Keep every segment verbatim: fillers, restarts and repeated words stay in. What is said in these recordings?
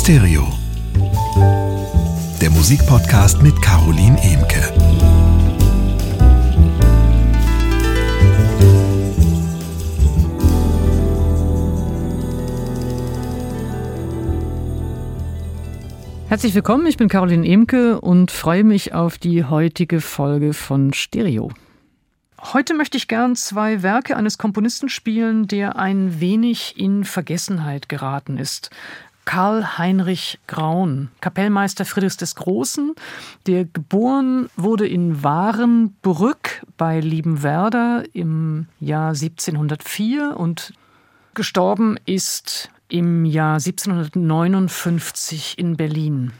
Stereo, der Musikpodcast mit Caroline Emke. Herzlich willkommen, ich bin Caroline Emke und freue mich auf die heutige Folge von Stereo. Heute möchte ich gern zwei Werke eines Komponisten spielen, der ein wenig in Vergessenheit geraten ist. Karl Heinrich Graun, Kapellmeister Friedrichs des Großen, der geboren wurde in Warenbrück bei Liebenwerda im Jahr siebzehnhundertvier und gestorben ist im Jahr siebzehnhundertneunundfünfzig in Berlin.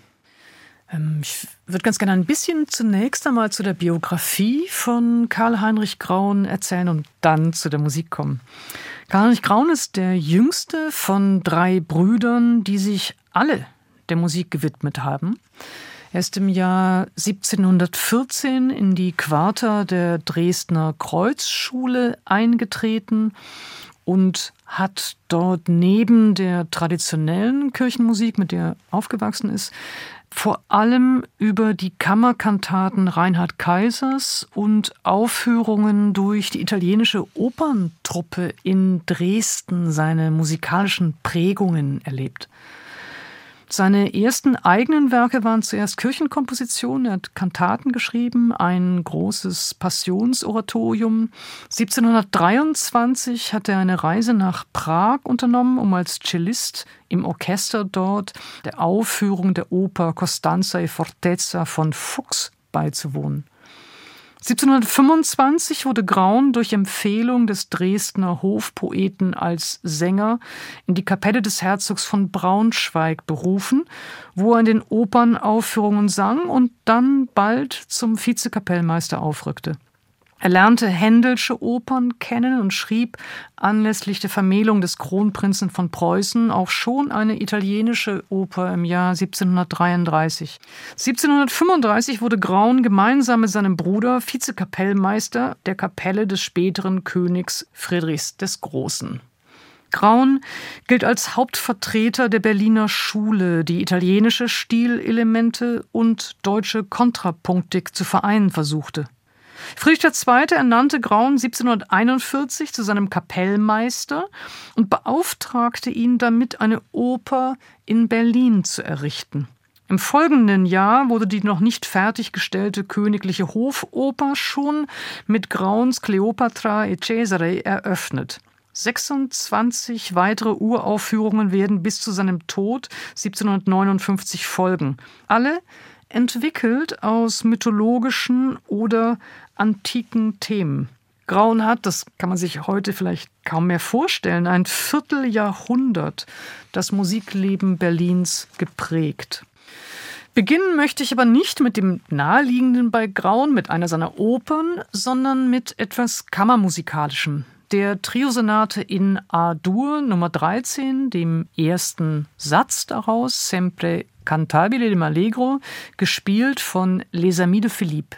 Ich würde ganz gerne ein bisschen zunächst einmal zu der Biografie von Karl Heinrich Graun erzählen und dann zu der Musik kommen. Karl Heinrich Graun ist der jüngste von drei Brüdern, die sich alle der Musik gewidmet haben. Er ist im Jahr siebzehnhundertvierzehn in die Quarta der Dresdner Kreuzschule eingetreten und hat dort neben der traditionellen Kirchenmusik, mit der er aufgewachsen ist, vor allem über die Kammerkantaten Reinhard Kaisers und Aufführungen durch die italienische Operntruppe in Dresden seine musikalischen Prägungen erlebt. Seine ersten eigenen Werke waren zuerst Kirchenkompositionen. Er hat Kantaten geschrieben, ein großes Passionsoratorium. siebzehnhundertdreiundzwanzig hat er eine Reise nach Prag unternommen, um als Cellist im Orchester dort der Aufführung der Oper Costanza e Fortezza von Fuchs beizuwohnen. siebzehnhundertfünfundzwanzig wurde Graun durch Empfehlung des Dresdner Hofpoeten als Sänger in die Kapelle des Herzogs von Braunschweig berufen, wo er in den Opernaufführungen sang und dann bald zum Vizekapellmeister aufrückte. Er lernte Händelsche Opern kennen und schrieb anlässlich der Vermählung des Kronprinzen von Preußen auch schon eine italienische Oper im Jahr siebzehnhundertdreiunddreißig. siebzehnhundertfünfunddreißig wurde Graun gemeinsam mit seinem Bruder Vizekapellmeister der Kapelle des späteren Königs Friedrichs des Großen. Graun gilt als Hauptvertreter der Berliner Schule, die italienische Stilelemente und deutsche Kontrapunktik zu vereinen versuchte. Friedrich der Zweite ernannte Graun siebzehnhunderteinundvierzig zu seinem Kapellmeister und beauftragte ihn damit, eine Oper in Berlin zu errichten. Im folgenden Jahr wurde die noch nicht fertiggestellte königliche Hofoper schon mit Grauns Kleopatra e Cesare eröffnet. sechsundzwanzig weitere Uraufführungen werden bis zu seinem Tod siebzehnhundertneunundfünfzig folgen. Alle entwickelt aus mythologischen oder antiken Themen. Graun hat, das kann man sich heute vielleicht kaum mehr vorstellen, ein Vierteljahrhundert das Musikleben Berlins geprägt. Beginnen möchte ich aber nicht mit dem Naheliegenden bei Graun, mit einer seiner Opern, sondern mit etwas Kammermusikalischem. Der Triosonate in A-Dur Nummer dreizehn, dem ersten Satz daraus, Sempre Cantabile dem Allegro, gespielt von Les Amis de Philippe.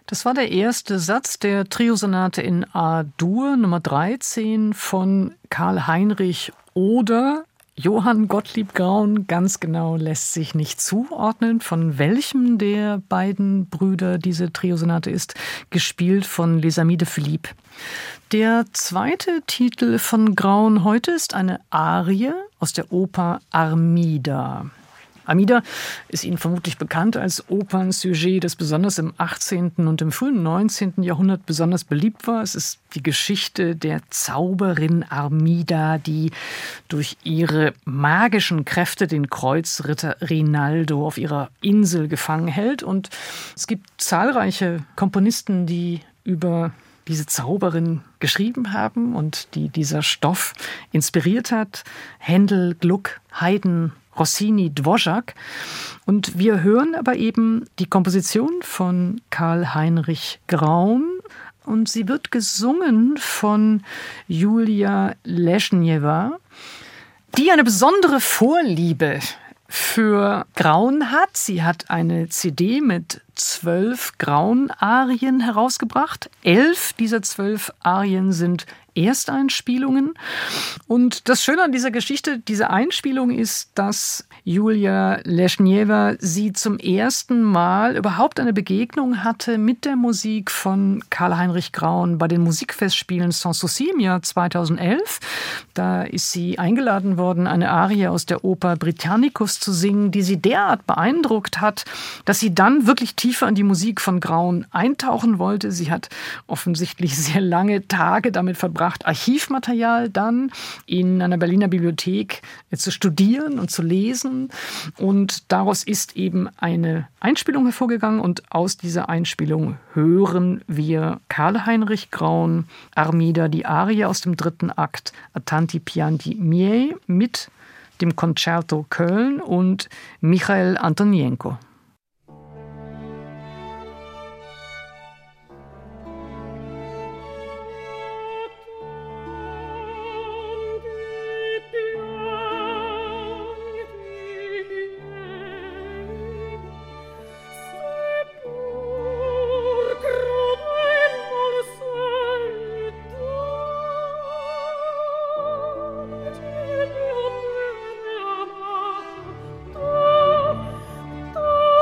Das war der erste Satz der Triosonate in A-Dur Nummer dreizehn von Karl Heinrich oder Johann Gottlieb Graun. Ganz genau lässt sich nicht zuordnen, von welchem der beiden Brüder diese Triosonate ist, gespielt von Les Amis de Philippe. Der zweite Titel von Graun heute ist eine Arie aus der Oper Armida. Armida ist Ihnen vermutlich bekannt als Opernsujet, das besonders im achtzehnten und im frühen neunzehnten Jahrhundert besonders beliebt war. Es ist die Geschichte der Zauberin Armida, die durch ihre magischen Kräfte den Kreuzritter Rinaldo auf ihrer Insel gefangen hält. Und es gibt zahlreiche Komponisten, die über diese Zauberin geschrieben haben und die dieser Stoff inspiriert hat. Händel, Gluck, Haydn, Rossini, Dvořák. Und wir hören aber eben die Komposition von Karl Heinrich Graun und sie wird gesungen von Julia Leschnjewa, die eine besondere Vorliebe für Graun hat. Sie hat eine C D mit zwölf Graun-Arien herausgebracht. Elf dieser zwölf Arien sind Ersteinspielungen. Und das Schöne an dieser Geschichte, diese Einspielung ist, dass Julia Leschnjewa sie zum ersten Mal überhaupt eine Begegnung hatte mit der Musik von Karl Heinrich Graun bei den Musikfestspielen Sans Souci im Jahr zweitausendelf. Da ist sie eingeladen worden, eine Arie aus der Oper Britannicus zu singen, die sie derart beeindruckt hat, dass sie dann wirklich tiefer in die Musik von Graun eintauchen wollte. Sie hat offensichtlich sehr lange Tage damit verbracht, Archivmaterial dann in einer Berliner Bibliothek zu studieren und zu lesen. Und daraus ist eben eine Einspielung hervorgegangen. Und aus dieser Einspielung hören wir Karl Heinrich Graun, Armida, die Arie aus dem dritten Akt, A tanti pianti miei, mit dem Concerto Köln und Michael Antonienko. Oh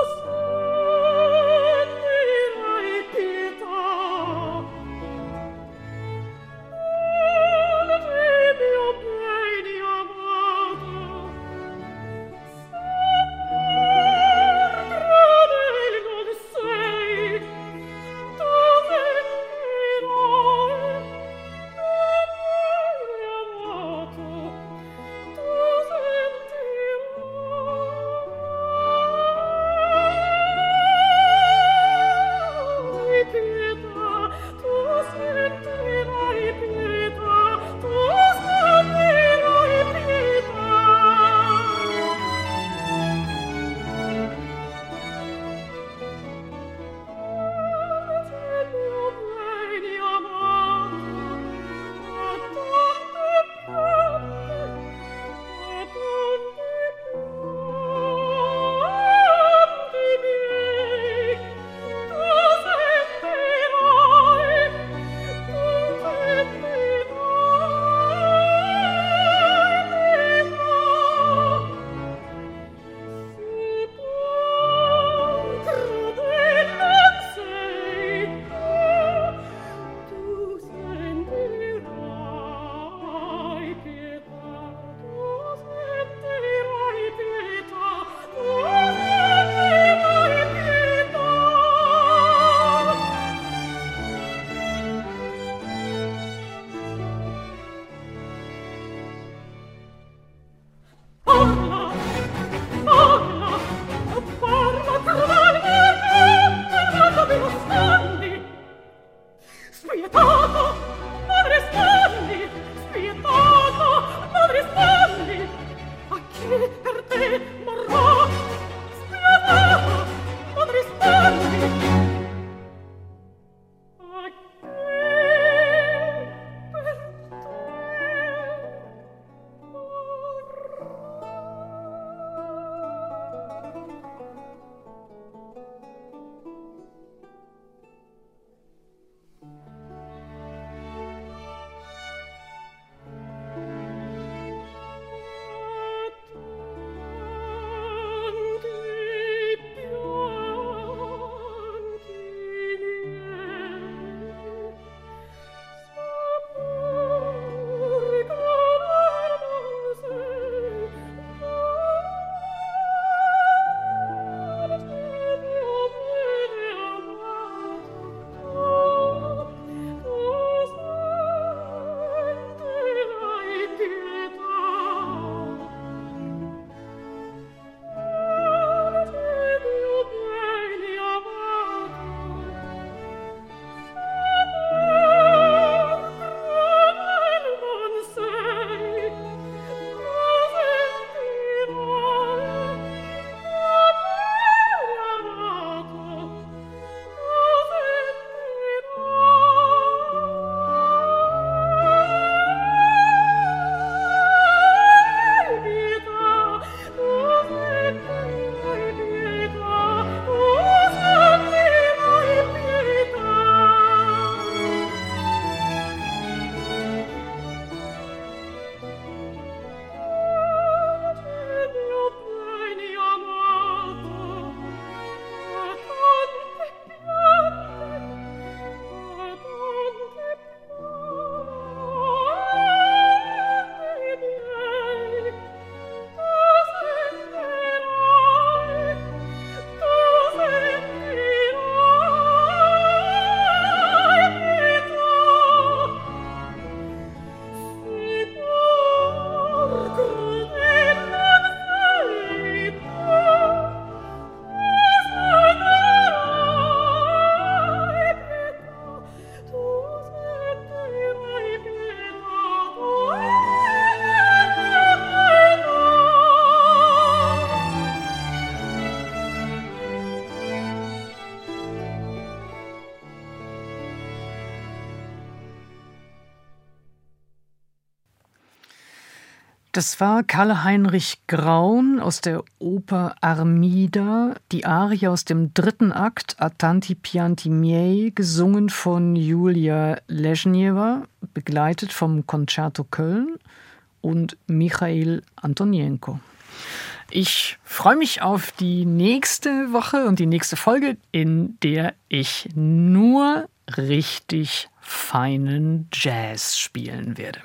Das war Karl-Heinrich Graun aus der Oper Armida, die Arie aus dem dritten Akt A tanti pianti miei, gesungen von Julia Leschniewa, begleitet vom Concerto Köln und Michail Antonienko. Ich freue mich auf die nächste Woche und die nächste Folge, in der ich nur richtig feinen Jazz spielen werde.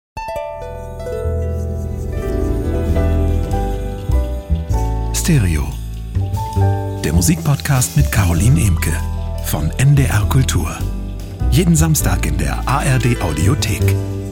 Stereo, der Musikpodcast mit Caroline Emke von N D R Kultur. Jeden Samstag in der A R D Audiothek.